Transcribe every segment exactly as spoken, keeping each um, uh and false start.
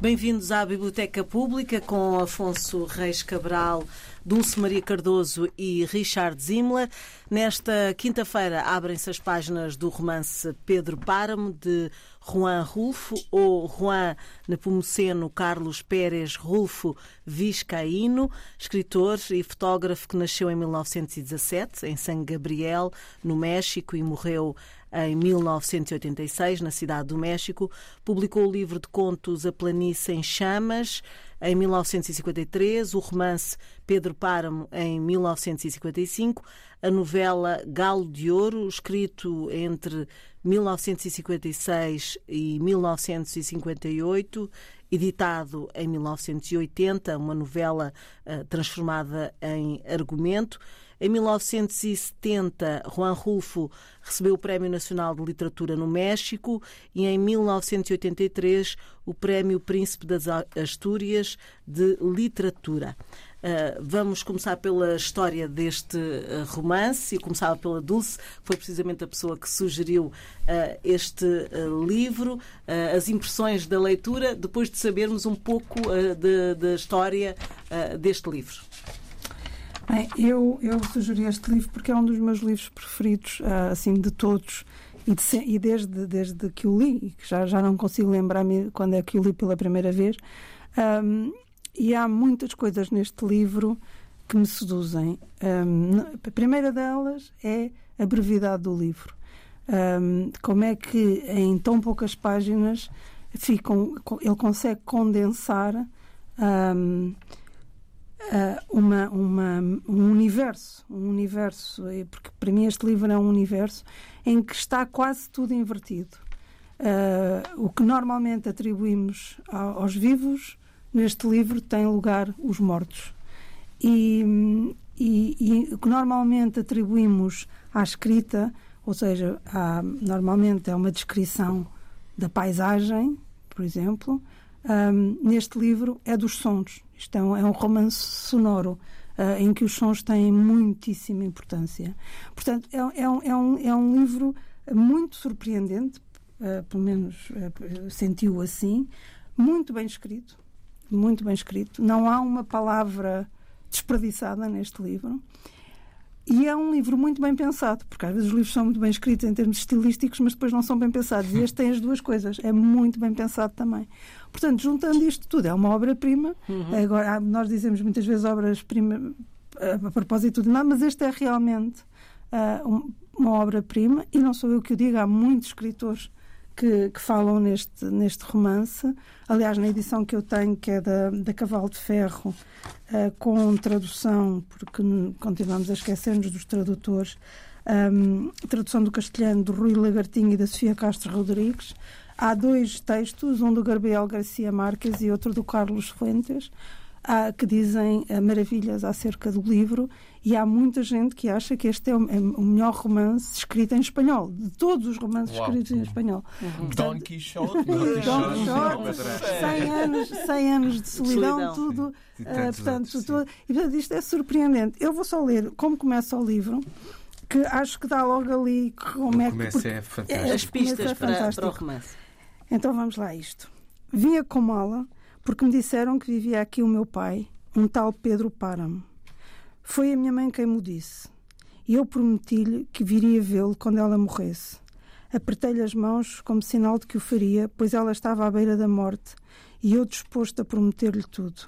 Bem-vindos à Biblioteca Pública com Afonso Reis Cabral, Dulce Maria Cardoso e Richard Zimler. Nesta quinta-feira abrem-se as páginas do romance Pedro Páramo, de Juan Rulfo, ou Juan Nepomuceno Carlos Pérez Rulfo Vizcaíno, escritor e fotógrafo que nasceu em mil novecentos e dezassete, em San Gabriel, no México, e morreu em mil novecentos e oitenta e seis, na cidade do México. Publicou o livro de contos A Planície em Chamas, em mil novecentos e cinquenta e três, o romance Pedro Páramo, em mil novecentos e cinquenta e cinco, a novela Galo de Ouro, escrito entre mil novecentos e cinquenta e seis e mil novecentos e cinquenta e oito, editado em mil novecentos e oitenta, uma novela uh, transformada em argumento. Em mil novecentos e setenta, Juan Rulfo recebeu o Prémio Nacional de Literatura no México e em mil novecentos e oitenta e três o Prémio Príncipe das Astúrias de Literatura. Uh, vamos começar pela história deste uh, romance, e começava pela Dulce, que foi precisamente a pessoa que sugeriu uh, este uh, livro, uh, as impressões da leitura, depois de sabermos um pouco uh, da história uh, deste livro. Bem, eu, eu sugeri este livro porque é um dos meus livros preferidos, assim, de todos, e, de, e desde, desde que o li, que já, já não consigo lembrar-me quando é que o li pela primeira vez, um, e há muitas coisas neste livro que me seduzem. Um, a primeira delas é a brevidade do livro. Um, como é que em tão poucas páginas ficam, ele consegue condensar um, Uh, uma, uma, um universo, um universo, porque para mim este livro é um universo em que está quase tudo invertido. Uh, o que normalmente atribuímos a, aos vivos, neste livro tem lugar os mortos. E, e, e o que normalmente atribuímos à escrita, ou seja, há, normalmente é uma descrição da paisagem, por exemplo, um, neste livro é dos sons. Isto é um, é um romance sonoro uh, em que os sons têm muitíssima importância. Portanto, é, é, um, é, um, é um livro muito surpreendente, uh, pelo menos uh, senti-o assim, muito bem escrito, muito bem escrito. Não há uma palavra desperdiçada neste livro. E é um livro muito bem pensado, porque às vezes os livros são muito bem escritos em termos estilísticos, mas depois não são bem pensados. E este tem as duas coisas. É muito bem pensado também. Portanto, juntando isto tudo, é uma obra-prima. Uhum. Agora, nós dizemos muitas vezes obras-prima a, a propósito de nada, mas este é realmente uh, um, uma obra-prima. E não sou eu que o digo, há muitos escritores que, que falam neste, neste romance. Aliás, na edição que eu tenho, que é da, da Cavalo de Ferro, Uh, com tradução, porque continuamos a esquecer-nos dos tradutores, um, tradução do castelhano do Rui Lagartinho e da Sofia Castro Rodrigues. Há dois textos, um do Gabriel Garcia Marques e outro do Carlos Fuentes, uh, que dizem uh, maravilhas acerca do livro, e há muita gente que acha que este é o, é o melhor romance escrito em espanhol, de todos os romances Uau. escritos em espanhol. Uhum. Don Quixote, Don Quixote, cem anos, cem anos de solidão, solidão. tudo. Uh, portanto, tudo, e portanto, isto é surpreendente. Eu vou só ler como começa o livro, que acho que dá logo ali como o é que é fantástico. As pistas é para, para o romance. Então vamos lá a isto. Vinha com mala porque me disseram que vivia aqui o meu pai, um tal Pedro Páramo. Foi a minha mãe quem me disse, e eu prometi-lhe que viria vê-lo quando ela morresse. Apertei-lhe as mãos como sinal de que o faria, pois ela estava à beira da morte e eu disposto a prometer-lhe tudo.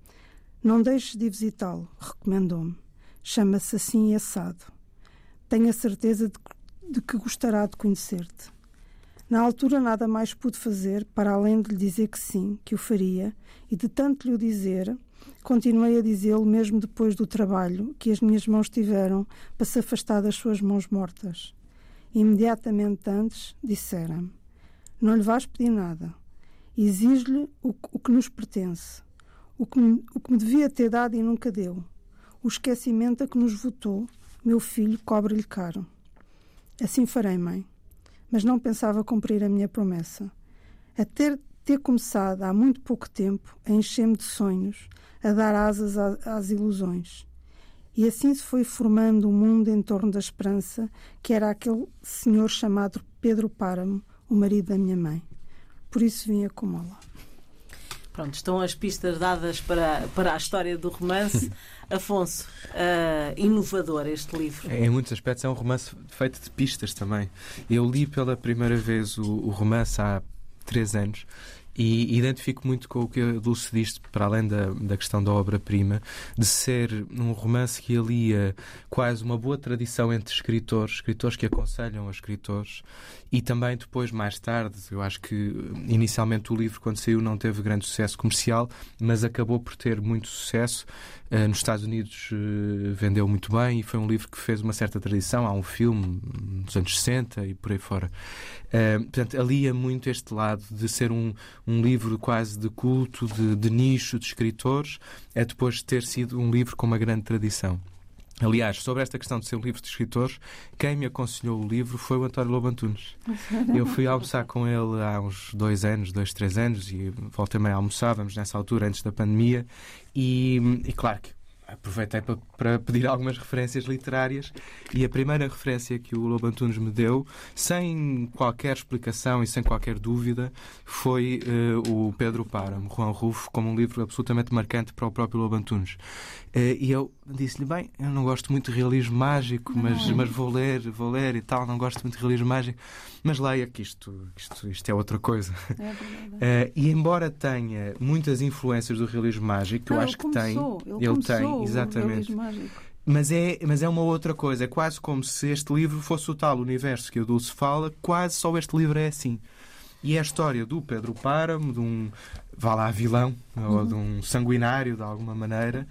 Não deixes de ir visitá-lo, recomendou-me. Chama-se assim assado. Tenho a certeza de, de que gostará de conhecer-te. Na altura nada mais pude fazer, para além de lhe dizer que sim, que o faria, e de tanto lhe o dizer, continuei a dizê-lo mesmo depois do trabalho que as minhas mãos tiveram para se afastar das suas mãos mortas. Imediatamente antes, disseram-me, não lhe vais pedir nada. Exige-lhe o, o que nos pertence, o que, me, o que me devia ter dado e nunca deu. O esquecimento a que nos votou, meu filho cobre-lhe caro. Assim farei, mãe. Mas não pensava cumprir a minha promessa. A ter, ter começado há muito pouco tempo a encher-me de sonhos, a dar asas a, às ilusões. E assim se foi formando um mundo em torno da esperança, que era aquele senhor chamado Pedro Páramo, o marido da minha mãe. Por isso vinha como ela. Pronto, estão as pistas dadas para, para a história do romance. Afonso, uh, inovador este livro. Em muitos aspectos é um romance feito de pistas também. Eu li pela primeira vez o, o romance há três anos e identifico muito com o que a Dulce disse, para além da, da questão da obra-prima, de ser um romance que alia quase uma boa tradição entre escritores, escritores que aconselham a escritores, e também depois, mais tarde, eu acho que inicialmente o livro, quando saiu, não teve grande sucesso comercial, mas acabou por ter muito sucesso. Uh, nos Estados Unidos uh, vendeu muito bem e foi um livro que fez uma certa tradição. Há um filme dos anos sessenta e por aí fora. Uh, portanto, alia muito este lado de ser um, um livro quase de culto, de, de nicho, de escritores, é depois de ter sido um livro com uma grande tradição. Aliás, sobre esta questão de ser um livro de escritores, quem me aconselhou o livro foi o António Lobo Antunes. Eu fui almoçar com ele há uns dois anos, dois, três anos, e volta e meia almoçávamos nessa altura, antes da pandemia, e, e claro que aproveitei para, para pedir algumas referências literárias, e a primeira referência que o Lobo Antunes me deu, sem qualquer explicação e sem qualquer dúvida, foi uh, o Pedro Páramo, Juan Rulfo, como um livro absolutamente marcante para o próprio Lobo Antunes. Uh, e eu disse-lhe, bem, eu não gosto muito de realismo mágico, mas, mas vou ler, vou ler e tal, não gosto muito de realismo mágico, mas leia que isto, isto, isto é outra coisa. É uh, e embora tenha muitas influências do realismo mágico, não, eu acho que começou, tem, ele, ele tem, exatamente. Mas é, mas é uma outra coisa, é quase como se este livro fosse o tal universo que a Dulce fala, quase só este livro é assim. E é a história do Pedro Páramo, de um, vá lá, vilão, uhum. ou de um sanguinário, de alguma maneira,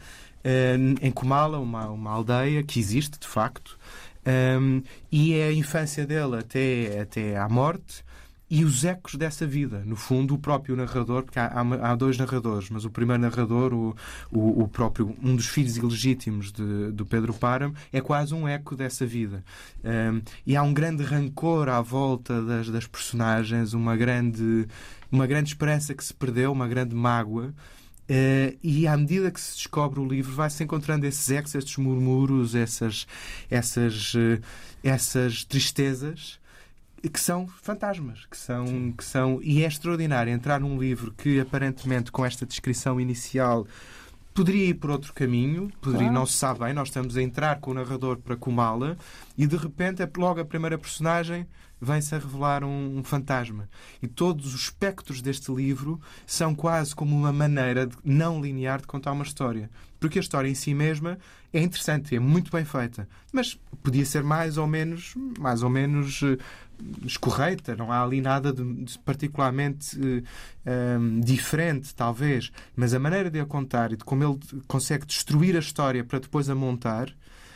em Comala, uma, uma aldeia que existe, de facto, um, e é a infância dele até, até à morte e os ecos dessa vida. No fundo, o próprio narrador, porque há, há, há dois narradores, mas o primeiro narrador, o, o, o próprio, um dos filhos ilegítimos de, do Pedro Páramo, é quase um eco dessa vida. Um, e há um grande rancor à volta das, das personagens, uma grande, uma grande esperança que se perdeu, uma grande mágoa. Uh, e à medida que se descobre o livro, vai-se encontrando esses ecos, esses murmuros, essas, essas, uh, essas tristezas que são fantasmas, que são, que são... E é extraordinário entrar num livro que, aparentemente, com esta descrição inicial, poderia ir por outro caminho, poderia, claro. Não se sabe bem, nós estamos a entrar com o narrador para Comala e, de repente, é logo a primeira personagem vem-se a revelar um, um fantasma. E todos os espectros deste livro são quase como uma maneira de, não linear de contar uma história. Porque a história em si mesma é interessante, é muito bem feita, mas podia ser mais ou menos, mais ou menos uh, escorreita, não há ali nada de, de particularmente uh, um, diferente, talvez. Mas a maneira de a contar e de como ele consegue destruir a história para depois a montar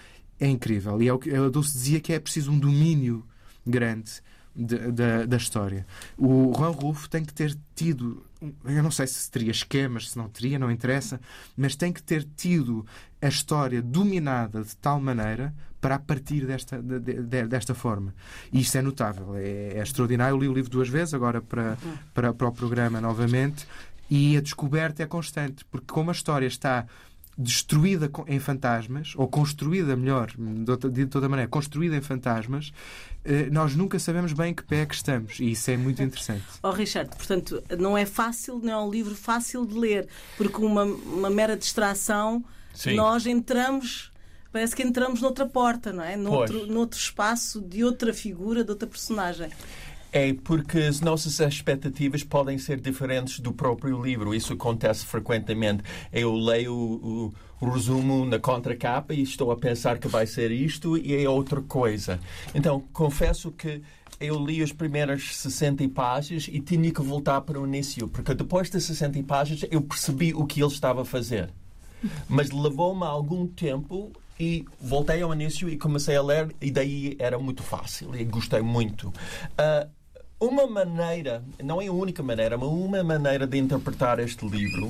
é incrível. E é o que a Dulce dizia, que é preciso um domínio grande de, de, da história. O Juan Rulfo tem que ter tido, eu não sei se teria esquemas, se não teria, não interessa, mas tem que ter tido a história dominada de tal maneira para a partir desta, de, de, desta forma. E isto é notável, é, é extraordinário. Eu li o livro duas vezes, agora para, para, para o programa novamente, e a descoberta é constante, porque como a história está destruída em fantasmas, ou construída, melhor, de, outra, de toda maneira, construída em fantasmas, nós nunca sabemos bem em que pé é que estamos, e isso é muito interessante. Oh, Richard, portanto, não é fácil, não é um livro fácil de ler, porque uma, uma mera distração, sim, nós entramos, parece que entramos noutra porta, não é? Noutro, noutro espaço de outra figura, de outra personagem. É porque as nossas expectativas podem ser diferentes do próprio livro. Isso acontece frequentemente. Eu leio o, o resumo na contracapa e estou a pensar que vai ser isto e é outra coisa. Então, confesso que eu li as primeiras sessenta páginas e tinha que voltar para o início, porque depois das sessenta páginas eu percebi o que ele estava a fazer. Mas levou-me algum tempo e voltei ao início e comecei a ler, e daí era muito fácil e gostei muito. Uh, Uma maneira, não é a única maneira, mas uma maneira de interpretar este livro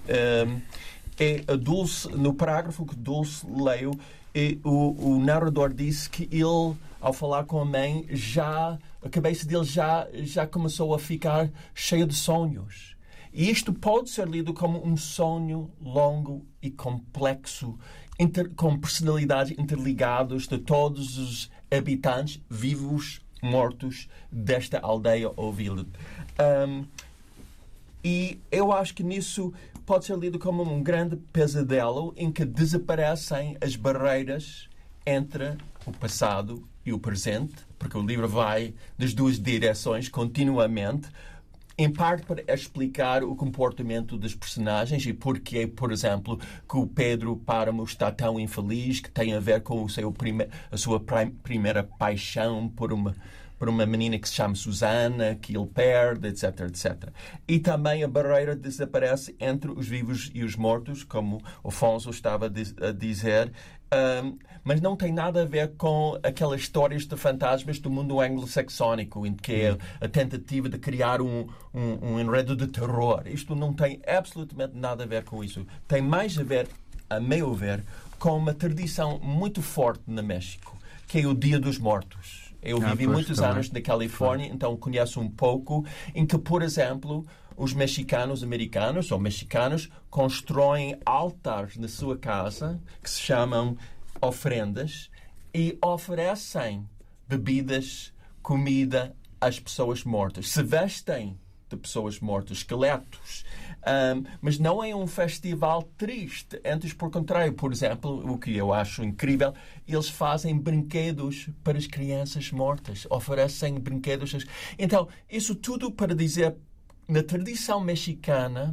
um, é a Dulce, no parágrafo que Dulce leu, e o, o narrador disse que ele, ao falar com a mãe, já, a cabeça dele já, já começou a ficar cheia de sonhos. E isto pode ser lido como um sonho longo e complexo, inter, com personalidades interligadas de todos os habitantes vivos mortos desta aldeia ou vila. Um, E eu acho que nisso pode ser lido como um grande pesadelo em que desaparecem as barreiras entre o passado e o presente, porque o livro vai das duas direções continuamente, em parte para explicar o comportamento dos personagens e porque, por exemplo, que o Pedro Páramo está tão infeliz, que tem a ver com o seu prime- a sua prim- primeira paixão por uma, por uma menina que se chama Susana, que ele perde, etc, etcétera. E também a barreira desaparece entre os vivos e os mortos, como o Afonso estava a dizer, um, mas não tem nada a ver com aquelas histórias de fantasmas do mundo anglo-saxónico, em que é a tentativa de criar um, um, um enredo de terror. Isto não tem absolutamente nada a ver com isso. Tem mais a ver, a meu ver, com uma tradição muito forte no México, que é o Dia dos Mortos. Eu ah, vivi pois, muitos também. anos na Califórnia, então conheço um pouco, em que, por exemplo, os mexicanos americanos ou mexicanos constroem altares na sua casa que se chamam ofrendas e oferecem bebidas, comida às pessoas mortas. Se vestem de pessoas mortas, esqueletos. Um, mas não é um festival triste. Antes, por contrário, por exemplo, o que eu acho incrível, eles fazem brinquedos para as crianças mortas. Oferecem brinquedos. Então, isso tudo para dizer, na tradição mexicana,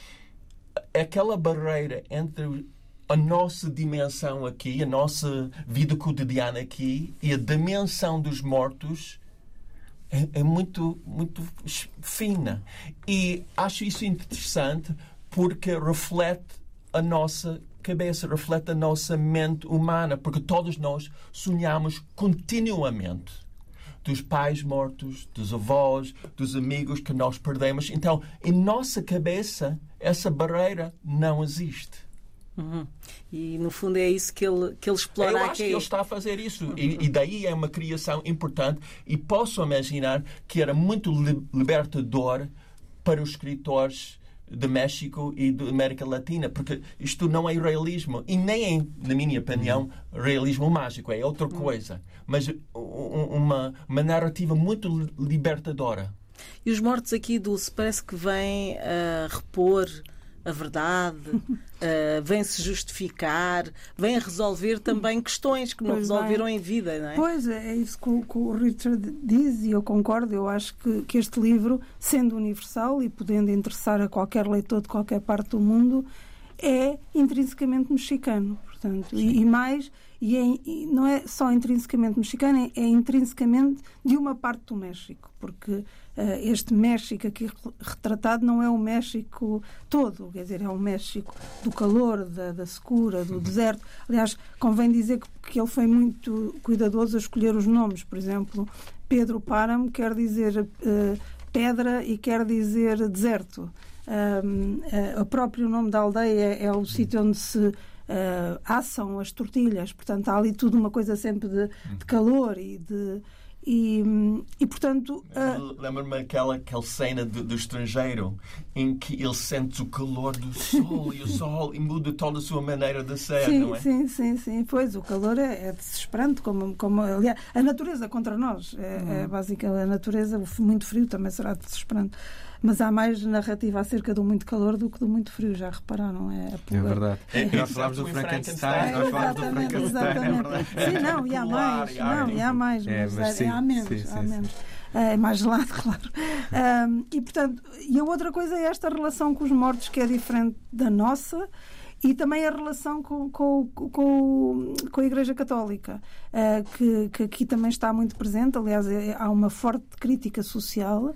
aquela barreira entre a nossa dimensão aqui, a nossa vida cotidiana aqui e a dimensão dos mortos é, é muito, muito fina. E acho isso interessante porque reflete a nossa cabeça, reflete a nossa mente humana, porque todos nós sonhamos continuamente dos pais mortos, dos avós, dos amigos que nós perdemos. Então, em nossa cabeça, essa barreira não existe. Uhum. E, no fundo, é isso que ele, que ele explora Eu aqui. acho que ele está a fazer isso. E, e daí é uma criação importante. E posso imaginar que era muito li- libertador para os escritores de México e da América Latina, porque isto não é realismo. E nem é, na minha opinião, realismo mágico. É outra coisa. Mas uma, uma narrativa muito libertadora. E os mortos aqui, Dulce, parece que vêm a repor a verdade, uh, vêm-se justificar, vêm a resolver também questões que não Pois resolveram bem. em vida, não é? Pois, é isso que o, que o Richard diz e eu concordo. Eu acho que, que este livro, sendo universal e podendo interessar a qualquer leitor de qualquer parte do mundo, é intrinsecamente mexicano. Portanto, e, e mais, e, é, e não é só intrinsecamente mexicano, é, é intrinsecamente de uma parte do México, porque uh, este México aqui retratado não é o México todo, quer dizer, é o México do calor, da, da secura, do deserto. Aliás, convém dizer que, que ele foi muito cuidadoso a escolher os nomes. Por exemplo, Pedro Páramo quer dizer uh, pedra e quer dizer deserto. Um, uh, o próprio nome da aldeia é, é o sítio onde se Uh, assam as tortilhas, portanto há ali tudo uma coisa sempre de, de calor e de e, e portanto uh... lembro-me aquela, aquela cena do, do estrangeiro em que ele sente o calor do sol e o sol e muda toda a sua maneira de ser, sim, não é? Sim, sim, sim, pois o calor é, é desesperante, como, como aliás, a natureza contra nós é, hum. é basicamente a natureza, o muito frio também será desesperante. Mas há mais narrativa acerca do muito calor do que do muito frio, já repararam? É, é verdade. É, nós falámos do Frankenstein, nós falámos do Frankenstein. É sim, não, e há mais. Não, e há mais, é, mas, mas sim, há menos. Sim, sim, há sim. menos. É mais gelado, claro. Um, e, portanto, e a outra coisa é esta relação com os mortos, que é diferente da nossa, e também a relação com, com, com, com a Igreja Católica, uh, que, que aqui também está muito presente. Aliás, é, há uma forte crítica social.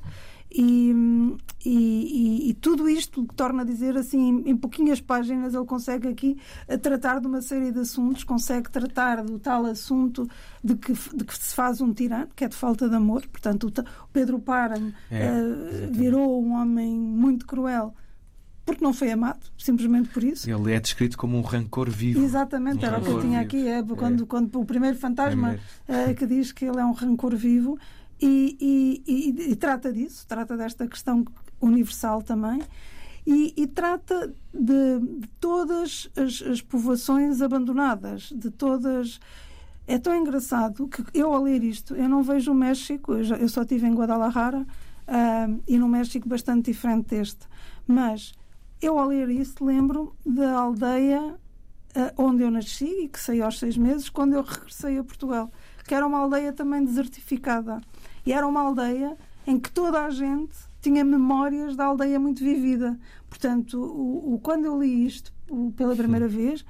E, e, e, e tudo isto que torna a dizer assim, em pouquinhas páginas ele consegue aqui tratar de uma série de assuntos, consegue tratar do tal assunto de que, de que se faz um tirano, que é de falta de amor. Portanto, o Pedro Páramo é, uh, virou um homem muito cruel porque não foi amado, simplesmente por isso. Ele é descrito como um rancor vivo. Exatamente, um era o que eu tinha aqui, é, quando, é. quando o primeiro fantasma é que diz que ele é um rancor vivo. E, e, e, e trata disso, trata desta questão universal também, e, e trata de, de todas as, as povoações abandonadas, de todas. É tão engraçado que eu, ao ler isto, eu não vejo o México, eu, já, eu só estive em Guadalajara, uh, e no México bastante diferente deste. Mas eu, ao ler isso, lembro da aldeia uh, onde eu nasci e que saí aos seis meses, quando eu regressei a Portugal, que era uma aldeia também desertificada. E era uma aldeia em que toda a gente tinha memórias da aldeia muito vivida. Portanto, o, o, quando eu li isto o, pela primeira vez,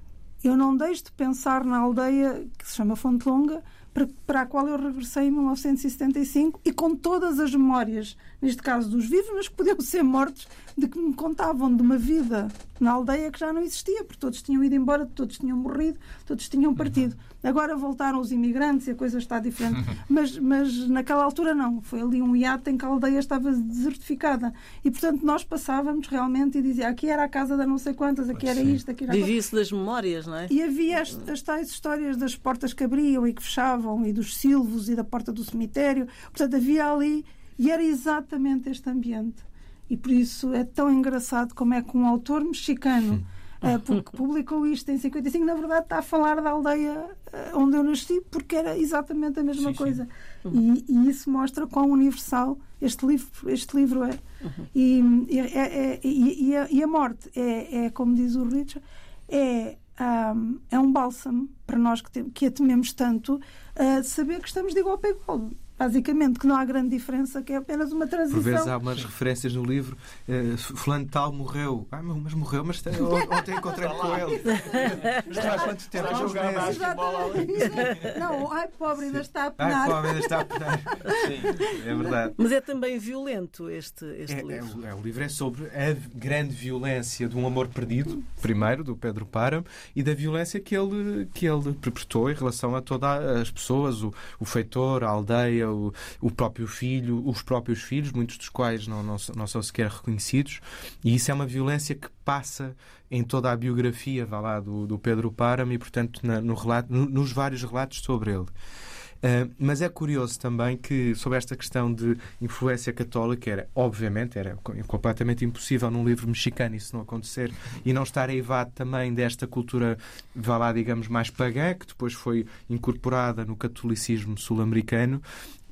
eu não deixo de pensar na aldeia que se chama Fonte Longa, para, para a qual eu regressei em mil novecentos e setenta e cinco, e com todas as memórias, neste caso dos vivos, mas que podiam ser mortos, de que me contavam de uma vida na aldeia que já não existia, porque todos tinham ido embora, todos tinham morrido, todos tinham partido. Agora voltaram os imigrantes e a coisa está diferente. Mas, mas naquela altura não. Foi ali um hiato em que a aldeia estava desertificada. E, portanto, nós passávamos realmente e dizia, aqui era a casa da não sei quantas, aqui era isto, aqui era... Vivia-se das memórias, não é? E havia as, as tais histórias das portas que abriam e que fechavam, e dos silvos e da porta do cemitério. Portanto, havia ali... E era exatamente este ambiente. E por isso é tão engraçado como é que um autor mexicano, uh, porque publicou isto em cinquenta e cinco, na verdade está a falar da aldeia uh, onde eu nasci, porque era exatamente a mesma sim, coisa. Sim. E, e isso mostra quão universal este livro, este livro é. Uhum. E, e, é, é, e, e, a, e a morte é, é, como diz o Richard, é, um, é um bálsamo para nós que, tem, que a tememos tanto, uh, saber que estamos de igual para igual. Basicamente, que não há grande diferença, que é apenas uma transição. Por vezes há umas referências no livro, uh, fulano tal morreu. Ah, mas morreu, mas tem, ontem encontrei-me com ele. Está há quanto tempo? Está a jogar basquetebol ali. Não, ai, pobre, ainda está a penar. Ai, pobre, ainda está a penar. Sim, é verdade. Mas é também violento este, este é, livro. É, é, o livro é sobre a grande violência de um amor perdido, primeiro, do Pedro Páramo, e da violência que ele, que ele perpetrou em relação a todas as pessoas, o, o feitor, a aldeia, O, o próprio filho, os próprios filhos, muitos dos quais não, não, não são sequer reconhecidos, e isso é uma violência que passa em toda a biografia, vá lá, do, do Pedro Páramo e, portanto, na, no relato, no, nos vários relatos sobre ele. Uh, mas é curioso também que, sobre esta questão de influência católica, era, obviamente, era completamente impossível num livro mexicano isso não acontecer e não estar eivado também desta cultura, vá lá, digamos, mais pagã, que depois foi incorporada no catolicismo sul-americano.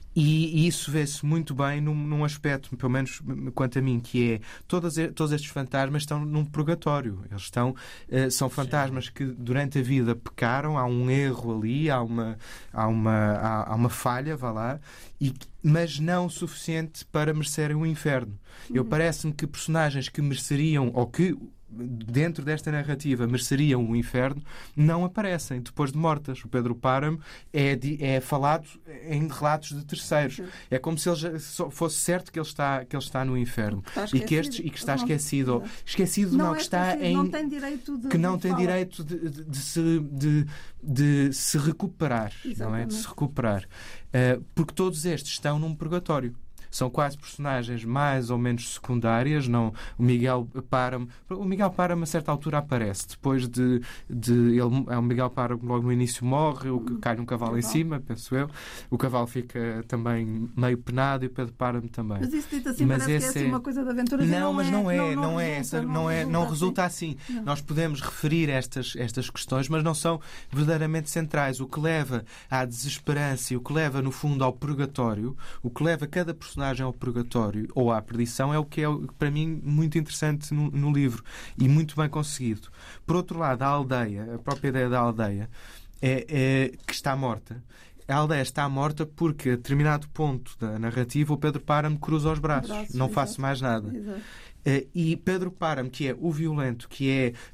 E isso vê-se muito bem num, num aspecto, pelo menos quanto a mim, que é todos, todos estes fantasmas estão num purgatório. Eles estão, uh, são fantasmas Sim. que durante a vida pecaram, há um erro ali, há uma, há uma, há, há uma falha, vá lá, e, mas não o suficiente para merecerem o inferno. Uhum. Eu parece-me que personagens que mereceriam, ou que dentro desta narrativa mereceriam o inferno, não aparecem depois de mortas. O Pedro Páramo é, é falado em relatos de terceiros. É como se ele já fosse certo que ele está, que ele está no inferno e que, estes, e que está esquecido. Esquecido não, não que está em... Não tem direito de, que não de tem falar. direito de, de, de, se, de, de se recuperar. Não é? De se recuperar. Uh, porque todos estes estão num purgatório. São quase personagens mais ou menos secundárias. Não, o Miguel Páramo, o Miguel Páramo a certa altura aparece, depois de, de ele, é o Miguel Páramo logo no início morre, o, cai um cavalo em cima, penso eu, o cavalo fica também meio penado e o Pedro Páramo também. Mas isso dito assim, mas parece que é assim uma coisa de aventura. Não, não mas é, não é, não, não, não é, resulta, essa, não, não, é, resulta não assim. resulta assim. Não. Nós podemos referir estas, estas questões, mas não são verdadeiramente centrais. O que leva à desesperança e o que leva, no fundo, ao purgatório, o que leva cada personagem ao purgatório ou à perdição é o que é, para mim, muito interessante no, no livro e muito bem conseguido. Por outro lado, a aldeia, a própria ideia da aldeia, é, é que está morta. A aldeia está morta porque, a determinado ponto da narrativa, o Pedro Páramo cruza os braços. braços não exato. Faço mais nada. Exato. Uh, e Pedro Páramo, que é o violento, que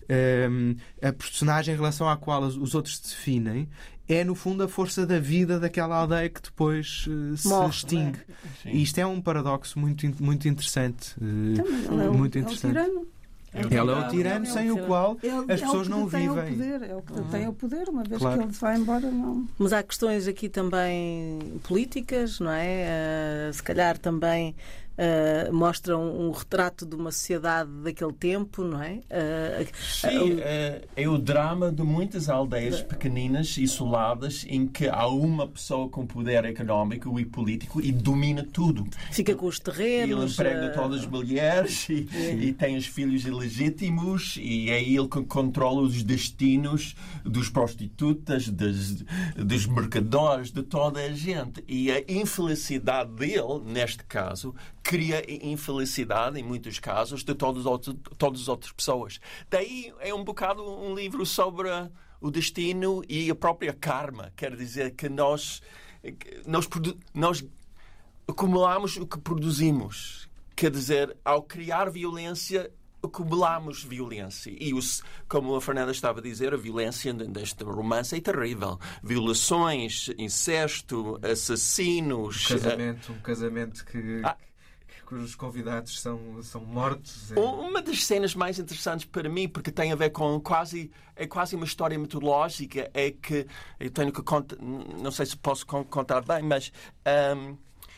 é um, a personagem em relação à qual os outros se definem, é, no fundo, a força da vida daquela aldeia que depois uh, se Morre, extingue. É? E isto é um paradoxo muito, muito interessante. Uh, é o, muito interessante. É o tirano. Ele é o tirano sem o qual ele, as pessoas é não tem vivem. O poder, é o que uhum. tem o poder, uma vez claro. que ele se vai embora, não. Mas há questões aqui também políticas, não é? Uh, se calhar também Uh, mostram um retrato de uma sociedade daquele tempo, não é? Uh, Sim, uh, é, é o drama de muitas aldeias pequeninas, isoladas, em que há uma pessoa com poder económico e político e domina tudo. Fica com os terrenos. Ele emprega uh... todas as mulheres e, e tem os filhos ilegítimos, e é ele que controla os destinos dos prostitutas, dos, dos mercadores, de toda a gente. E a infelicidade dele, neste caso, cria infelicidade, em muitos casos, de todas as outras, todas as outras pessoas. Daí é um bocado um livro sobre o destino e a própria karma. Quer dizer que nós, nós, nós acumulamos o que produzimos. Quer dizer, ao criar violência, acumulamos violência. E, os, como a Fernanda estava a dizer, a violência deste romance é terrível. Violações, incesto, assassinos... Um casamento, um casamento que... Ah, cujos convidados são, são mortos. É... Uma das cenas mais interessantes para mim, porque tem a ver com quase, é quase uma história mitológica, é que eu tenho que contar, não sei se posso contar bem, mas um,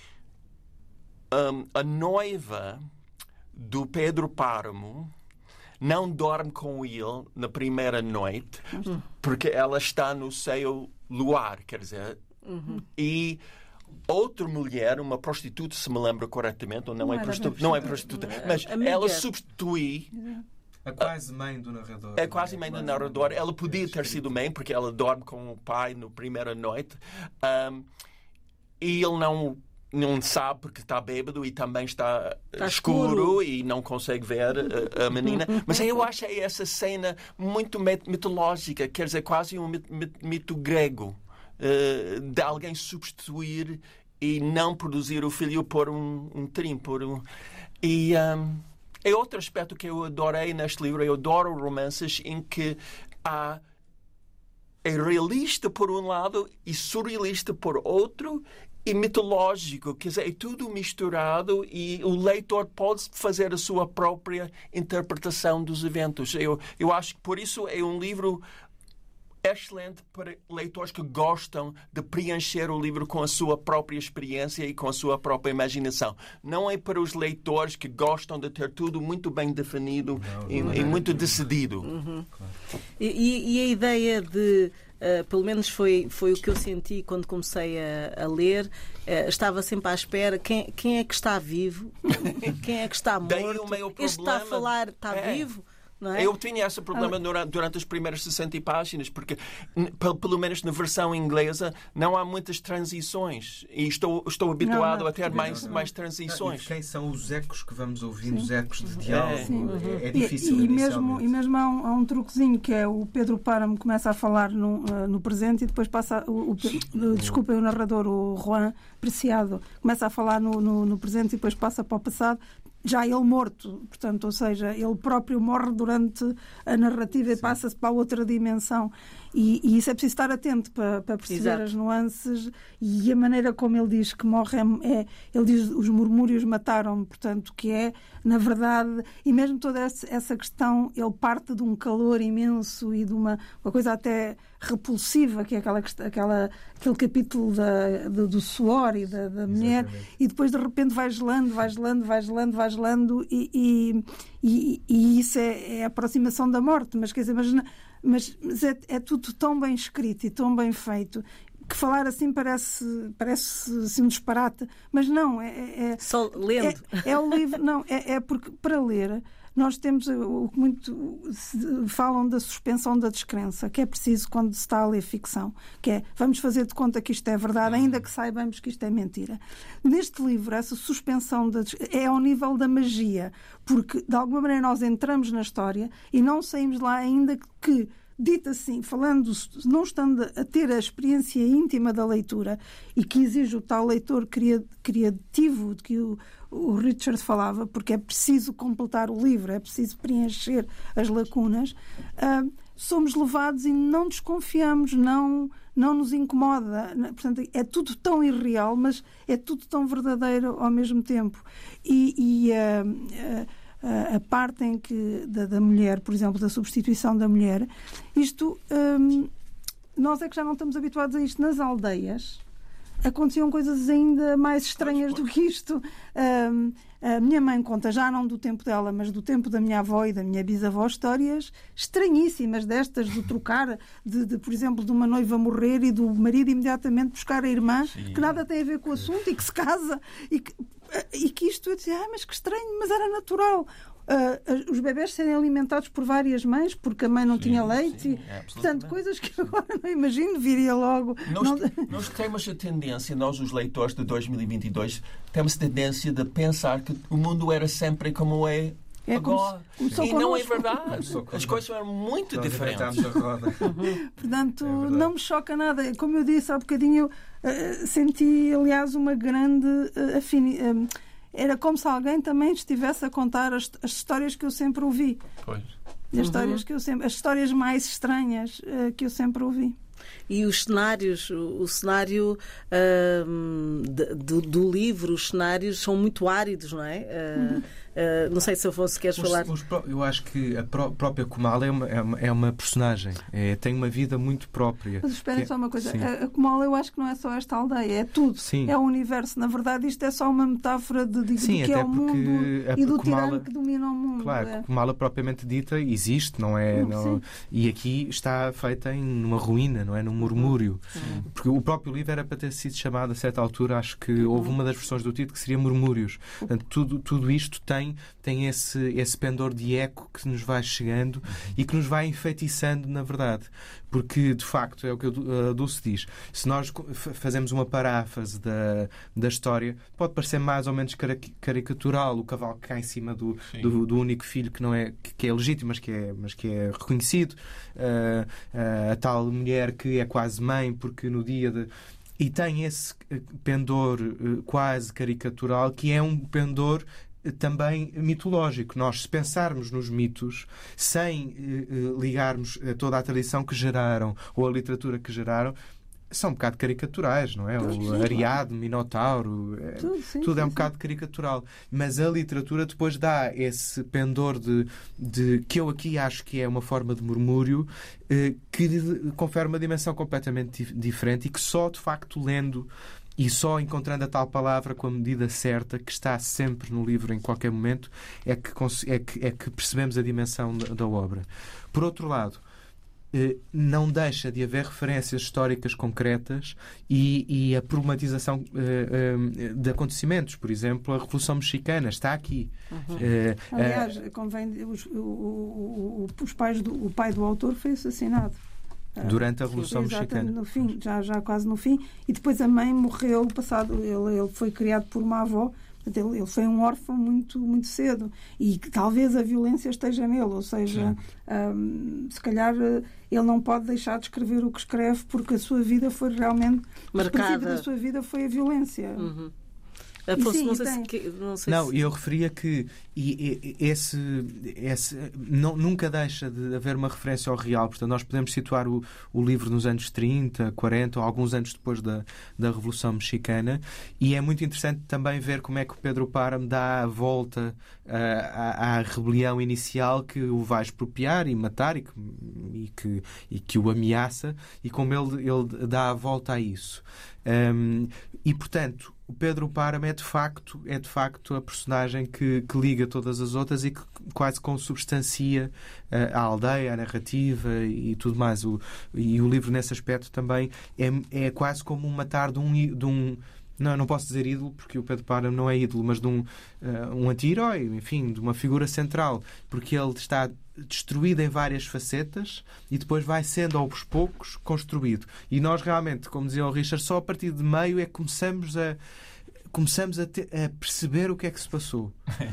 um, a noiva do Pedro Páramo não dorme com ele na primeira noite, uhum. porque ela está no seio luar, quer dizer, uhum. e outra mulher, uma prostituta, se me lembro corretamente, ou não, não é prostituta, não é prostituta, mas amiga. Ela substitui. É quase mãe do narrador. É quase mãe do narrador. Ela podia ter sido mãe, porque ela dorme com o pai na primeira noite. Um, e ele não, não sabe, porque está bêbado e também está, está escuro, escuro e não consegue ver a, a menina. Mas eu acho essa cena muito mitológica, quer dizer, quase um mito, mito grego. Uh, de alguém substituir e não produzir o filho por um, um trim. Por um... E um, é outro aspecto que eu adorei neste livro. Eu adoro romances em que há, é realista por um lado e surrealista por outro e mitológico. Quer dizer, é tudo misturado e o leitor pode fazer a sua própria interpretação dos eventos. Eu, eu acho que por isso é um livro excelente para leitores que gostam de preencher o livro com a sua própria experiência e com a sua própria imaginação. Não é para os leitores que gostam de ter tudo muito bem definido não, e, não é. e muito decidido. Uhum. Claro. E, e a ideia de, uh, pelo menos foi, foi o que eu senti quando comecei a, a ler, uh, estava sempre à espera, quem, quem é que está vivo? Quem é que está morto? Daí o meu problema... Este está a falar, está é. vivo? Não é? Eu tinha esse problema durante, durante as primeiras sessenta páginas, porque, pelo menos na versão inglesa, não há muitas transições. E estou, estou habituado não, não, a ter mais, não. mais transições. E quem são os ecos que vamos ouvindo, os ecos de diálogo? É, é, é difícil. E, e, mesmo, e mesmo há um, há um truquezinho que é o Pedro Páramo começa a falar no, uh, no presente e depois passa. O, o, o, desculpem, o narrador, o Juan Preciado, começa a falar no, no, no presente e depois passa para o passado. Já ele morto, portanto, ou seja, ele próprio morre durante a narrativa Sim. e passa-se para outra dimensão. E, e isso é preciso estar atento para, para perceber Exato. As nuances e a maneira como ele diz que morre é, é ele diz os murmúrios mataram-me, portanto, que é, na verdade, e mesmo toda essa questão, ele parte de um calor imenso e de uma, uma coisa até repulsiva, que é aquela, aquela, aquele capítulo da, do, do suor e da, da mulher, e depois de repente vai gelando, vai gelando, vai gelando, vai gelando, e, e, e, e isso é, é a aproximação da morte, mas quer dizer, mas, mas, mas é, é tudo tão bem escrito e tão bem feito que falar assim parece, parece assim um disparate, mas não, é, é só lendo. É, é o livro, não, é, é porque para ler nós temos o que muito falam da suspensão da descrença, que é preciso quando se está a ler ficção, que é vamos fazer de conta que isto é verdade, ainda que saibamos que isto é mentira. Neste livro, essa suspensão da, é ao nível da magia, porque de alguma maneira nós entramos na história e não saímos lá ainda que, dito assim, falando, não estando a ter a experiência íntima da leitura e que exige o tal leitor criativo de que o, o Richard falava, porque é preciso completar o livro, é preciso preencher as lacunas, uh, somos levados e não desconfiamos, não, não nos incomoda. Portanto, é tudo tão irreal, mas é tudo tão verdadeiro ao mesmo tempo. E... e uh, uh, a parte em que da, da mulher, por exemplo, da substituição da mulher, isto hum, nós é que já não estamos habituados a isto nas aldeias. aconteciam coisas ainda mais estranhas do que isto. Um, a minha mãe conta, já não do tempo dela, mas do tempo da minha avó e da minha bisavó, histórias estranhíssimas destas, de trocar, de, de, por exemplo, de uma noiva morrer e do marido imediatamente buscar a irmã, Sim. que nada tem a ver com o assunto e que se casa. E que, e que isto, eu dizia, ah, mas que estranho, mas era natural. Uh, os bebés serem alimentados por várias mães porque a mãe não sim, tinha leite sim, é, portanto, coisas que agora não imagino, viria logo. Nós, não... nós temos a tendência, nós os leitores de dois mil e vinte e dois temos a tendência de pensar que o mundo era sempre como é É agora. Como, como e não é verdade. As coisas eram muito diferentes. Uhum. Portanto, é não me choca nada. Como eu disse há bocadinho, uh, senti, aliás, uma grande uh, afinidade. Uh, Era como se alguém também estivesse a contar as, as histórias que eu sempre ouvi. Pois. As, uhum. histórias que eu sempre, as histórias mais estranhas uh, que eu sempre ouvi. E os cenários, o, o cenário uh, de, do, do livro, os cenários são muito áridos, não é? Uh, uhum. uh, não sei se Afonso queres os, falar. Os, eu acho que a pró- própria Comala é uma, é uma, é uma personagem, é, tem uma vida muito própria. Mas espera que, só uma coisa, sim. a, a Comala eu acho que não é só esta aldeia, é tudo. Sim. É o universo. Na verdade, isto é só uma metáfora de, de, sim, do que é o mundo a, e do Comala, tirano que domina o mundo. Claro, é. a Comala propriamente dita existe, não é? Hum, não, e aqui está feita em uma ruína, não é? Num murmúrio. Sim. Porque o próprio livro era para ter sido chamado a certa altura, acho que uhum. houve uma das versões do título que seria Murmúrios. Portanto, tudo, tudo isto tem, tem esse, esse pendor de eco que nos vai chegando uhum. e que nos vai enfeitiçando, na verdade. Porque, de facto, é o que a Dulce diz. Se nós fazemos uma paráfrase da, da história, pode parecer mais ou menos caricatural, o cavalo que cai em cima do, do, do único filho que não é, que é legítimo, mas que é, mas que é reconhecido. Uh, uh, a tal mulher que é quase mãe, porque no dia de... E tem esse pendor uh, quase caricatural, que é um pendor também mitológico. Nós, se pensarmos nos mitos, sem uh, ligarmos a toda a tradição que geraram ou a literatura que geraram, são um bocado caricaturais, não é? O Ariadne, Minotauro, é, tudo, sim, tudo sim, é um sim. bocado caricatural. Mas a literatura depois dá esse pendor de, de que eu aqui acho que é uma forma de murmúrio eh, que confere uma dimensão completamente diferente e que só, de facto, lendo e só encontrando a tal palavra com a medida certa, que está sempre no livro em qualquer momento, é que, é que, é que percebemos a dimensão da, da obra. Por outro lado, não deixa de haver referências históricas concretas e, e a problematização uh, uh, de acontecimentos. Por exemplo, a Revolução Mexicana está aqui. Uhum. Uh, Aliás, uh, convém, os, o, o, os pais do, o pai do autor foi assassinado. Durante a Revolução Exatamente, Mexicana. No fim, já, já quase no fim. E depois a mãe morreu passado. Ele, ele foi criado por uma avó. Ele, ele foi um órfão muito, muito cedo e que talvez a violência esteja nele, ou seja, um, se calhar ele não pode deixar de escrever o que escreve porque a sua vida foi realmente marcada. O princípio da sua vida foi a violência. Uhum. Afonso, sim, não sei se... Que, não, sei não se... eu referia que e, e, esse, esse não, nunca deixa de haver uma referência ao real. Portanto, nós podemos situar o, o livro nos anos trinta, quarenta ou alguns anos depois da, da Revolução Mexicana, e é muito interessante também ver como é que o Pedro Páramo dá a volta uh, à, à rebelião inicial que o vai expropriar e matar e que, e que, e que o ameaça, e como ele, ele dá a volta a isso. Um, e, portanto, o Pedro Páramo é de facto, é de facto a personagem que, que liga todas as outras e que quase consubstancia uh, a aldeia, a narrativa e tudo mais. O, e o livro, nesse aspecto, também é, é quase como um matar de um... De um Não, não posso dizer ídolo, porque o Pedro Páramo não é ídolo, mas de um, uh, um anti-herói, enfim, de uma figura central, porque ele está destruído em várias facetas e depois vai sendo aos poucos construído. E nós realmente, como dizia o Richard, só a partir de meio é que começamos a começamos a, ter, a perceber o que é que se passou.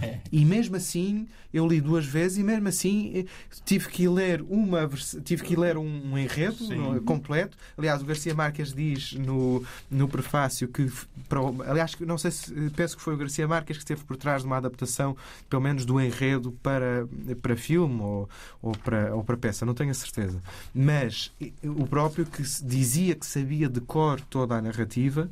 E mesmo assim, eu li duas vezes e mesmo assim tive que ler uma tive que ler um, um enredo no, completo. Aliás, o Garcia Marques diz no, no prefácio que, para, aliás, não sei se penso que foi o Garcia Marques que esteve por trás de uma adaptação, pelo menos do enredo para, para filme ou, ou, para, ou para peça, não tenho a certeza. Mas o próprio que dizia que sabia de cor toda a narrativa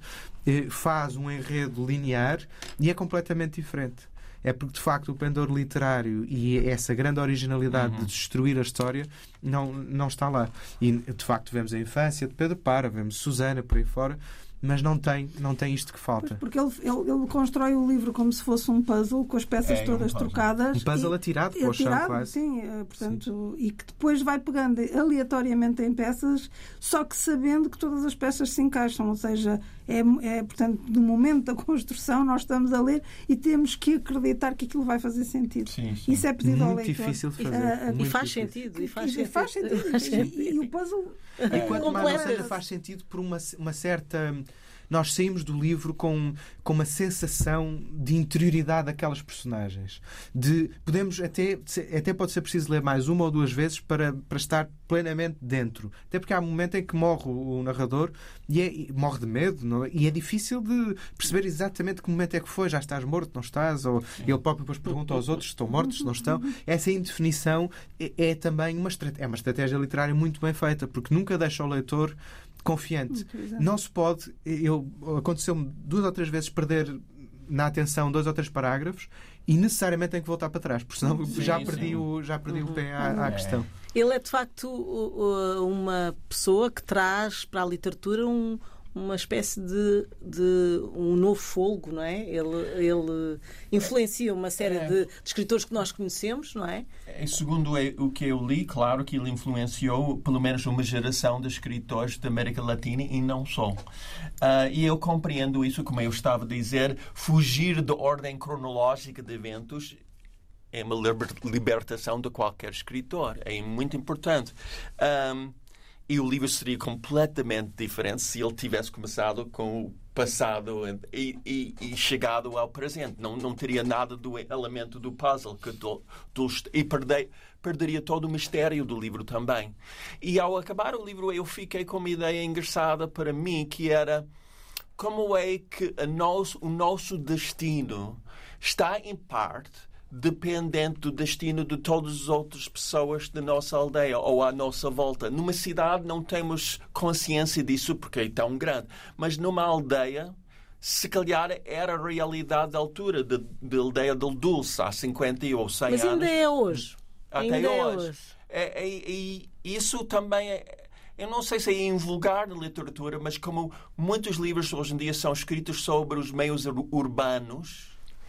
faz um enredo linear e é completamente diferente. É porque, de facto, o pendor literário e essa grande originalidade uhum. de destruir a história não, não está lá. E, de facto, vemos a infância de Pedro Páramo, vemos Susana por aí fora, mas não tem, não tem isto que falta. Pois, porque ele, ele, ele constrói o livro como se fosse um puzzle, com as peças é, todas um trocadas. Um puzzle e, atirado para o chão, quase. Sim, portanto, sim, e que depois vai pegando aleatoriamente em peças, só que sabendo que todas as peças se encaixam, ou seja, é, é portanto, do momento da construção nós estamos a ler e temos que acreditar que aquilo vai fazer sentido. Sim, sim. Isso é pedido muito ao leitor. Difícil de fazer. Uh, e faz difícil. sentido. E faz e sentido. Faz sentido. Faz sentido. E, e o puzzle... E quanto mais não Completa. seja, faz sentido por uma, uma certa... Nós saímos do livro com, com uma sensação de interioridade daquelas personagens. De, podemos até, até pode ser preciso ler mais uma ou duas vezes para, para estar plenamente dentro. Até porque há um momento em que morre o, o narrador e, é, e morre de medo, não é? E é difícil de perceber exatamente que momento é que foi. Já estás morto, não estás? Ou ele próprio depois pergunta aos outros se estão mortos, se não estão. Essa indefinição é, é também uma, é uma estratégia literária muito bem feita, porque nunca deixa o leitor confiante. Não se pode... Eu, aconteceu-me duas ou três vezes perder na atenção dois ou três parágrafos e necessariamente tenho que voltar para trás, porque senão sim, já perdi, sim. o, já perdi uhum. o pé à, à é. questão. Ele é, de facto, uma pessoa que traz para a literatura um, uma espécie de, de um novo fôlego, não é? Ele, ele influencia uma série é. de, de escritores que nós conhecemos, não é? É, segundo o que eu li, claro que ele influenciou pelo menos uma geração de escritores da América Latina e não só. Uh, e eu compreendo isso, como eu estava a dizer, fugir da ordem cronológica de eventos é uma libertação de qualquer escritor. É muito importante. Um, E o livro seria completamente diferente se ele tivesse começado com o passado e, e, e chegado ao presente. Não, não teria nada do elemento do puzzle que do, do, e perder, perderia todo o mistério do livro também. E ao acabar o livro eu fiquei com uma ideia engraçada para mim, que era como é que a nosso, o nosso destino está em parte dependente do destino de todas as outras pessoas da nossa aldeia ou à nossa volta. Numa cidade não temos consciência disso porque é tão grande, mas numa aldeia, se calhar era a realidade da altura da, da aldeia del Dulce, há cinquenta ou cem mas anos. Mas ainda é hoje. Até ainda hoje. É hoje. É, é, e isso também é... Eu não sei se é invulgar na literatura, mas como muitos livros hoje em dia são escritos sobre os meios urbanos,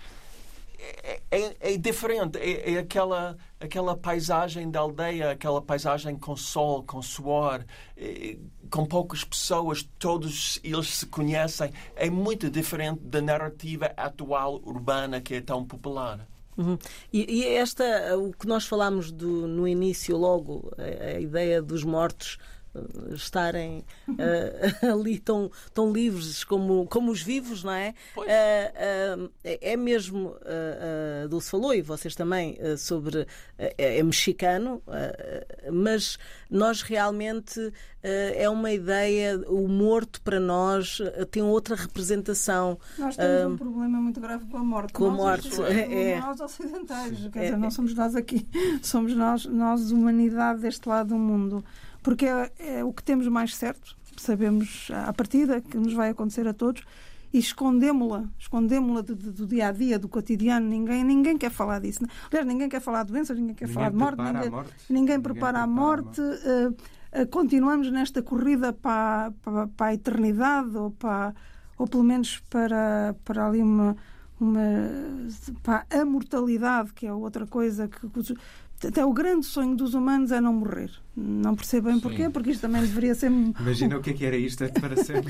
É, é, é diferente, é, é aquela, aquela paisagem da aldeia, aquela paisagem com sol, com suor, é, com poucas pessoas, todos eles se conhecem. É muito diferente da narrativa atual urbana que é tão popular. Uhum. E, e esta, o que nós falámos do, no início, logo, a, a ideia dos mortos estarem uh, ali tão, tão livres como, como os vivos, não é? Uh, uh, é mesmo, uh, uh, Dulce falou, e vocês também, uh, sobre uh, é mexicano, uh, mas nós realmente uh, é uma ideia, o morto para nós uh, tem outra representação. Nós temos uh, um problema muito grave com a morte. Com a nós, morte. É, é. Nós ocidentais, quer é, dizer, não somos nós aqui, somos nós, nós humanidade deste lado do mundo. Porque é, é o que temos mais certo, sabemos à partida que nos vai acontecer a todos, e escondemos-la, escondemos-la do, do dia-a-dia, do cotidiano. Ninguém, ninguém quer falar disso. Aliás, ninguém quer falar de doenças, ninguém quer ninguém falar de morte. Ninguém, morte. ninguém, ninguém prepara a morte. Uh, uh, continuamos nesta corrida para, para, para a eternidade, ou, para, ou pelo menos para, para ali uma... uma para a mortalidade, que é outra coisa que... Até o grande sonho dos humanos é não morrer. Não percebo bem porquê, porque isto também deveria ser... Imagina o que é que era isto para sempre.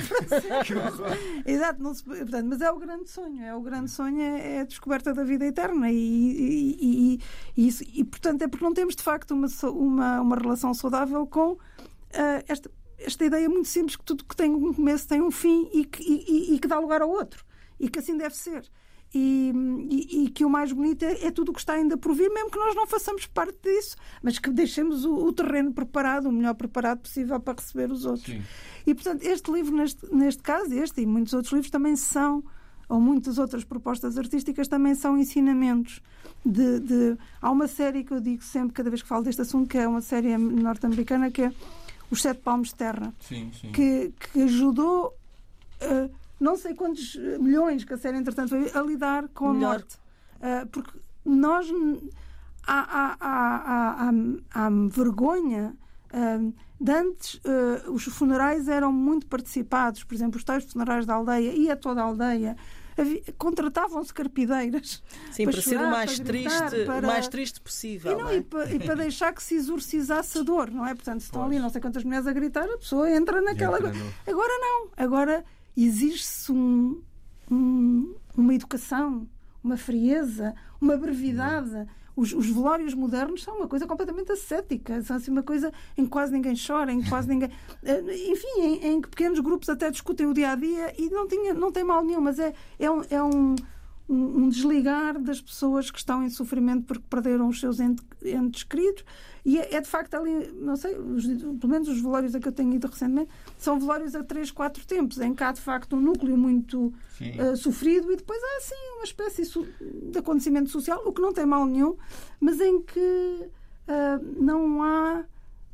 Exato, não se... Portanto, mas é o grande sonho. É o grande sonho é a descoberta da vida eterna. E, e, e, e, isso, e portanto, é porque não temos, de facto, uma, uma, uma relação saudável com uh, esta, esta ideia muito simples que tudo que tem um começo tem um fim e que, e, e que dá lugar ao outro. E que assim deve ser. E, e, e que o mais bonito é, é tudo o que está ainda por vir, mesmo que nós não façamos parte disso, mas que deixemos o, o terreno preparado, o melhor preparado possível para receber os outros. Sim. E, portanto, este livro, neste, neste caso, este e muitos outros livros também são, ou muitas outras propostas artísticas também são ensinamentos. De, de... Há uma série que eu digo sempre, cada vez que falo deste assunto, que é uma série norte-americana, que é Os Sete Palmos de Terra, sim, sim. Que, que ajudou... Uh, não sei quantos milhões que a série, entretanto, foi a lidar com a Melhor. morte. Uh, porque nós... Há, há, há, há, há, há vergonha Uh, de antes, uh, os funerais eram muito participados, por exemplo, os tais funerais da aldeia, ia toda a aldeia, contratavam-se carpideiras. Sim, para, para chorar, ser o mais, para triste, gritar, para... mais triste possível. E, não, não é? e, para, e para deixar que se exorcizasse a dor, não é? Portanto, se estão pois. ali não sei quantas mulheres a gritar, a pessoa entra naquela... Entra no... Agora não. Agora exige-se um, um, uma educação, uma frieza, uma brevidade. Os, os velórios modernos são uma coisa completamente ascética, são assim uma coisa em que quase ninguém chora, em que quase ninguém... Enfim, em, em que pequenos grupos até discutem o dia-a-dia e não, tinha, não tem mal nenhum, mas é, é, um, é um, um desligar das pessoas que estão em sofrimento porque perderam os seus entes, entes queridos. E é, é de facto ali, não sei, os, pelo menos os velórios a que eu tenho ido recentemente, são velórios a três, quatro tempos, em que há de facto um núcleo muito uh, sofrido e depois há assim uma espécie de acontecimento social, o que não tem mal nenhum, mas em que uh, não há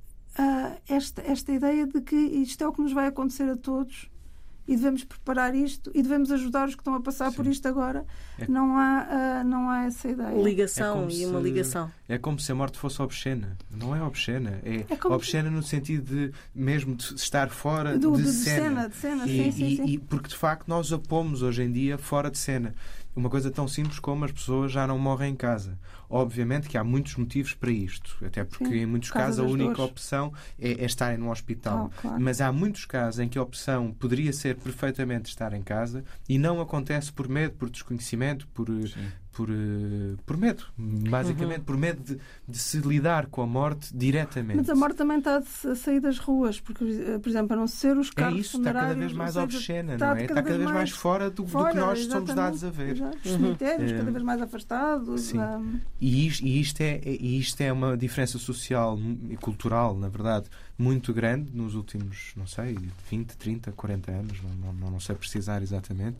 uh, esta, esta ideia de que isto é o que nos vai acontecer a todos e devemos preparar isto e devemos ajudar os que estão a passar Sim. por isto agora. É... Não, há, uh, não há essa ideia. Ligação é e uma se... ligação. É como se a morte fosse obscena. Não é obscena. É, é como... obscena no sentido de mesmo de estar fora Do, de, de cena. cena, de cena e, sim, sim, e, sim. E porque de facto nós a pomos hoje em dia fora de cena. Uma coisa tão simples como as pessoas já não morrem em casa. Obviamente que há muitos motivos para isto, até porque Sim, em muitos casos a única dores. opção é, é estarem no hospital. Oh, claro. Mas há muitos casos em que a opção poderia ser perfeitamente estar em casa e não acontece por medo, por desconhecimento, por, por, por medo, basicamente, uhum. por medo de, de se lidar com a morte diretamente. Mas a morte também está a sair das ruas, porque, por exemplo, a não ser os carros é isso, está cada vez mais seja, obscena, não é? Está cada vez mais, mais fora do, fora, do que nós somos dados a ver. Exato. Os cemitérios uhum. cada vez mais afastados. Sim. Um... E, isto, e, isto é, e isto é uma diferença social e cultural, na verdade, muito grande nos últimos, não sei, vinte, trinta, quarenta anos, não, não, não sei precisar exatamente,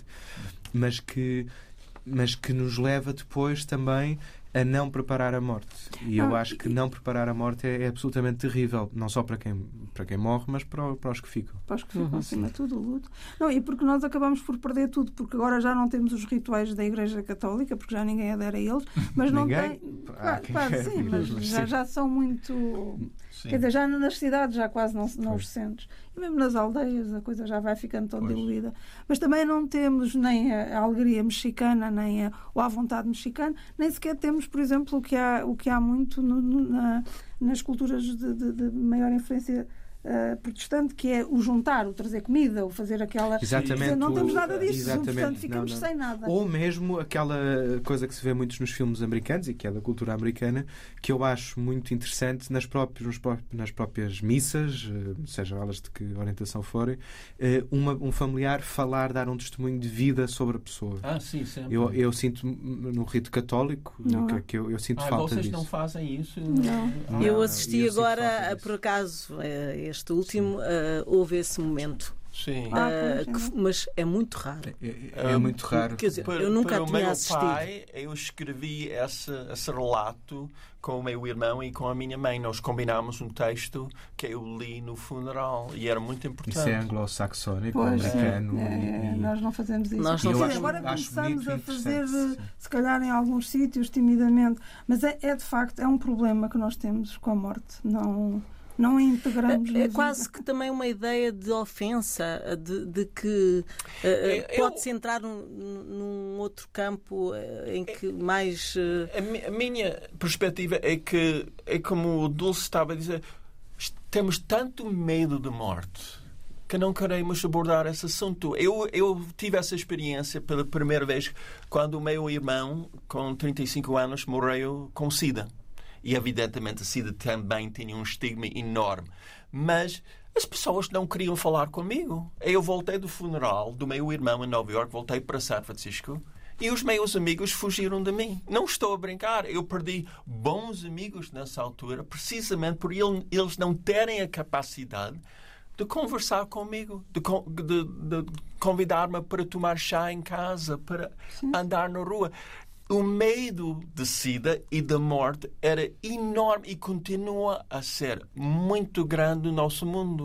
mas que, mas que nos leva depois também a não preparar a morte. E eu ah, acho que não preparar a morte é, é absolutamente terrível, não só para quem, para quem morre, mas para, para os que ficam. Para os que ficam, uhum, acima de tudo, o luto. Não, e porque nós acabamos por perder tudo, porque agora já não temos os rituais da Igreja Católica, porque já ninguém adere a eles, mas não ninguém? tem... Ah, claro, claro sim, mas já, já são muito... Sim. Quer dizer, já nas cidades já quase não, não os sentes. E mesmo nas aldeias a coisa já vai ficando tão pois. diluída. Mas também não temos nem a, a alegria mexicana, nem a, ou a vontade mexicana, nem sequer temos, por exemplo, o que há, o que há muito no, no, na, nas culturas de, de, de maior influência Uh, protestante, que é o juntar, o trazer comida, o fazer aquela... Exatamente. Dizer, não temos nada disso, Exatamente. portanto ficamos não, não. sem nada. Ou mesmo aquela coisa que se vê muitos nos filmes americanos e que é da cultura americana, que eu acho muito interessante nas próprias, nas próprias missas, seja elas de que orientação forem, uma, um familiar falar, dar um testemunho de vida sobre a pessoa. Ah, sim, sempre. Eu, eu sinto no rito católico que, que eu, eu sinto ah, falta vocês disso. Vocês não fazem isso? Não. não eu assisti eu agora, por acaso, este último, uh, houve esse momento. Sim. Uh, ah, que, mas é muito raro. É, é, é um, muito raro. Quer dizer, por, eu nunca por tinha meu assistido. Pai, eu escrevi esse, esse relato com o meu irmão e com a minha mãe. Nós combinámos um texto que eu li no funeral e era muito importante. Isso é anglo-saxónico, pois, americano. É, é, e, nós não fazemos isso. Nós não fazemos. Agora começamos a fazer, se calhar em alguns sítios, timidamente. Mas é, é de facto, é um problema que nós temos com a morte. Não... Não integramos. É, é quase que também uma ideia de ofensa, de, de que uh, eu, pode-se entrar num, num outro campo uh, em que é, mais... Uh... A, a minha perspectiva é que, é como o Dulce estava a dizer, temos tanto medo de morte que não queremos abordar esse assunto. Eu, eu tive essa experiência pela primeira vez quando o meu irmão, com trinta e cinco anos, morreu com SIDA. E, evidentemente, a SIDA também tinha um estigma enorme. Mas as pessoas não queriam falar comigo. Eu voltei do funeral do meu irmão em Nova Iorque, voltei para São Francisco, e os meus amigos fugiram de mim. Não estou a brincar. Eu perdi bons amigos nessa altura, precisamente por eles não terem a capacidade de conversar comigo, de, de, de convidar-me para tomar chá em casa, para Sim. andar na rua. O medo de SIDA e da morte era enorme e continua a ser muito grande no nosso mundo.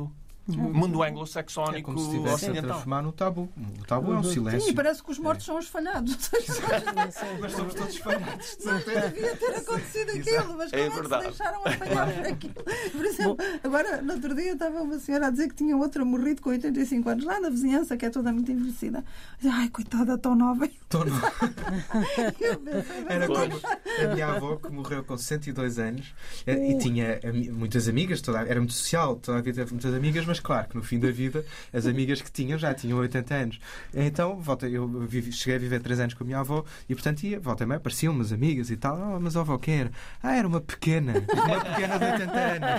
mundo anglo-saxónico é como se estivesse ocidental. a transformar no tabu. O tabu é um silêncio. Sim, e parece que os mortos é. são os falhados. Mas somos todos falhados. Não devia ter acontecido aquilo, mas como é, é que se deixaram apanhar por aquilo? Por exemplo, agora, no outro dia, estava uma senhora a dizer que tinha outra morrido com oitenta e cinco anos, lá na vizinhança, que é toda muito envelhecida. Ai, coitada, tão nova. Tão nova. Era como a minha avó, que morreu com cento e dois anos e tinha muitas amigas, toda, era muito social, toda a vida teve muitas amigas, mas claro que no fim da vida as amigas que tinham já tinham oitenta anos. Então, volta, eu vivi, cheguei a viver três anos com a minha avó e, portanto, ia, volta e meia, apareciam umas amigas e tal. Oh, mas a avó quem era? Ah, era uma pequena. Uma pequena de oitenta anos.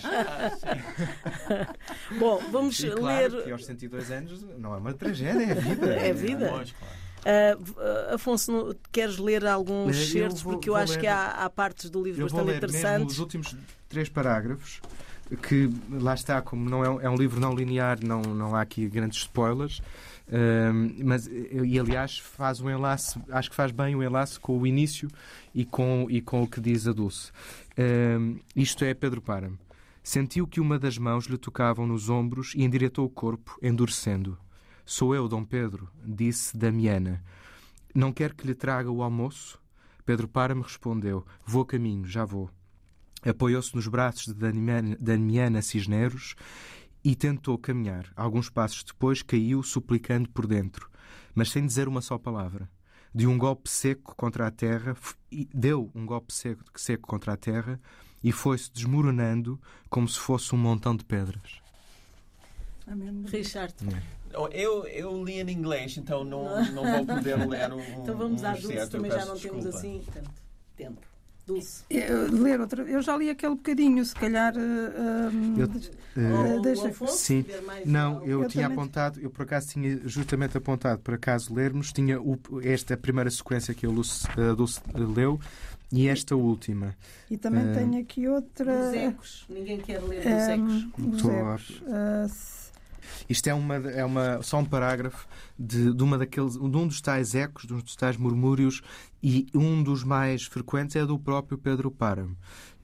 Bom, vamos e, claro, ler... que aos cento e dois anos não é uma tragédia, é a vida. É a vida. Pois, claro. Uh, Afonso, queres ler alguns excertos? Eu vou, porque eu vou acho ler, que há, há partes do livro eu bastante vou ler interessantes. Mesmo os últimos três parágrafos, que lá está, como não é, é um livro não linear, não, não há aqui grandes spoilers, um, mas, e aliás faz um enlace, acho que faz bem o enlace com o início e com, e com o que diz a Dulce. Um, isto é Pedro Páramo. Sentiu que uma das mãos lhe tocavam nos ombros e endireitou o corpo, endurecendo. Sou eu, Dom Pedro, disse Damiana. Não quer que lhe traga o almoço? Pedro Páramo respondeu. Vou a caminho, já vou. Apoiou-se nos braços de Damiana, Damiana Cisneros e tentou caminhar. Alguns passos depois caiu, suplicando por dentro, mas sem dizer uma só palavra. Deu um golpe seco contra a terra, deu um golpe seco, seco contra a terra e foi-se desmoronando como se fosse um montão de pedras. Amém. Richard. Eu, eu li em inglês, então não, não vou poder ler um. Então vamos um à Dulce, também já não desculpa. temos assim tanto tempo. Dulce. Eu, ler outra, eu já li aquele bocadinho, se calhar. Uh, eu, uh, uh, deixa... Afonso, sim, não, eu, eu tinha também... apontado, eu por acaso tinha justamente apontado, por acaso lermos, tinha o, esta primeira sequência que a Dulce, a Dulce leu e esta última. E também uh, tenho aqui outra. Os ecos. Ninguém quer ler dos ecos. Um, os ecos. Uh, Isto é, uma, é uma, só um parágrafo de, de, uma daqueles, de um dos tais ecos, de um dos tais murmúrios, e um dos mais frequentes é do próprio Pedro Páramo.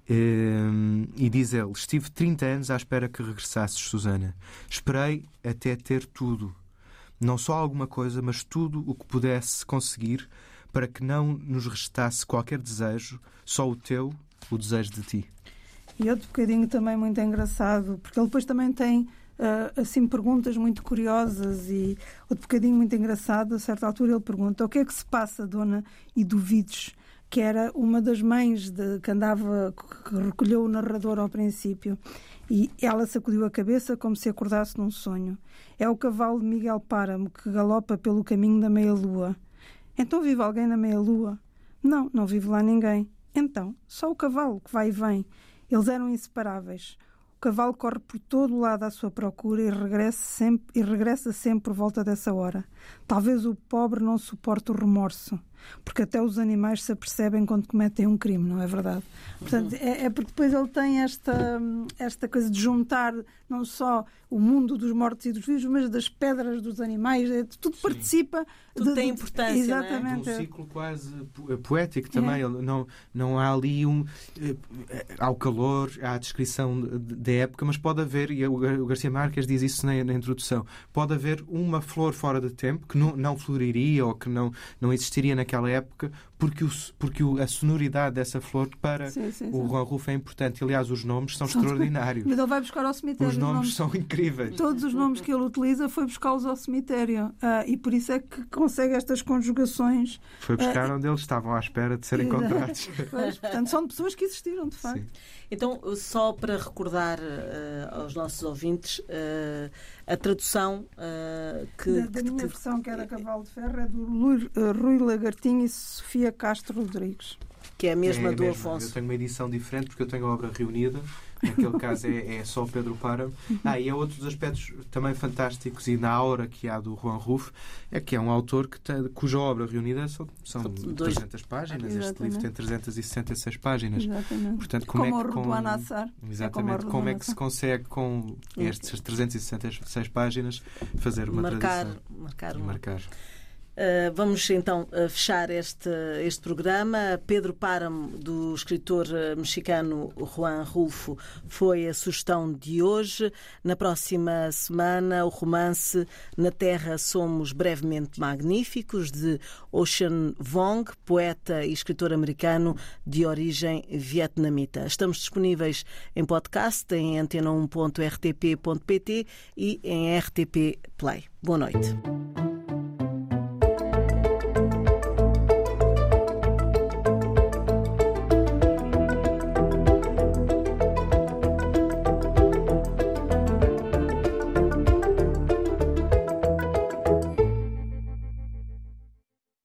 E, e diz ele: estive trinta anos à espera que regressasses, Susana. Esperei até ter tudo. Não só alguma coisa, mas tudo o que pudesse conseguir para que não nos restasse qualquer desejo, só o teu, o desejo de ti. E outro bocadinho também muito engraçado, porque ele depois também tem Uh, assim, perguntas muito curiosas e outro bocadinho muito engraçado. A certa altura ele pergunta: o que é que se passa, dona Eduvides, que era uma das mães de, que andava, que recolheu o narrador ao princípio, e ela sacudiu a cabeça como se acordasse num sonho. É o cavalo de Miguel Páramo que galopa pelo caminho da meia-lua. Então vive alguém na meia-lua? Não, não vive lá ninguém. Então, só o cavalo que vai e vem. Eles eram inseparáveis. O cavalo corre por todo o lado à sua procura e regressa sempre, e regressa sempre por volta dessa hora. Talvez o pobre não suporte o remorso, porque até os animais se apercebem quando cometem um crime, não é verdade? Portanto, é, é porque depois ele tem esta, esta coisa de juntar não só o mundo dos mortos e dos vivos, mas das pedras, dos animais, é, tudo Sim. participa. Tudo de, tem importância, exatamente. É um ciclo quase poético também. É. Não, não há ali um... Há o calor, há a descrição da época, mas pode haver, e o Garcia Marques diz isso na, na introdução, pode haver uma flor fora de tempo que não, não floriria ou que não, não existiria naquela época, porque, o, porque o, a sonoridade dessa flor para sim, sim, o Juan Rulfo é importante. Aliás, os nomes são extraordinários. Mas ele vai buscar ao cemitério. Os nomes, nomes são incríveis. Todos os nomes que ele utiliza foi buscá-los ao cemitério. Uh, e por isso é que consegue estas conjugações. Foi buscar uh, onde eles estavam à espera de serem encontrados. Pois, portanto, são de pessoas que existiram, de facto. Sim. Então, só para recordar uh, aos nossos ouvintes, uh, a tradução uh, que... Da, da minha que, versão, que era Cavalo de Ferro, é do Rui, uh, Rui Lagartinho e Sofia Castro Rodrigues. Que é a mesma é a do mesma. Afonso. Eu tenho uma edição diferente porque eu tenho a obra reunida. Naquele caso é, é só Pedro Páramo. Ah, e há outros aspectos também fantásticos e na aura que há do Juan Rulfo, é que é um autor que tem, cuja obra reunida são, são Dois. trezentas páginas. Exatamente. Este livro tem trezentas e sessenta e seis páginas. Exatamente. Portanto, como, como é que, o com, Assar. Exatamente. É como, como é que se consegue com estas trezentas e sessenta e seis páginas fazer uma marcar, tradição? Marcar. Marcar. Vamos então fechar este, este programa. Pedro Páramo, do escritor mexicano Juan Rulfo, foi a sugestão de hoje. Na próxima semana, o romance Na Terra Somos Brevemente Magníficos, de Ocean Vuong, poeta e escritor americano de origem vietnamita. Estamos disponíveis em podcast, em antena um ponto r t p ponto p t e em R T P Play. Boa noite.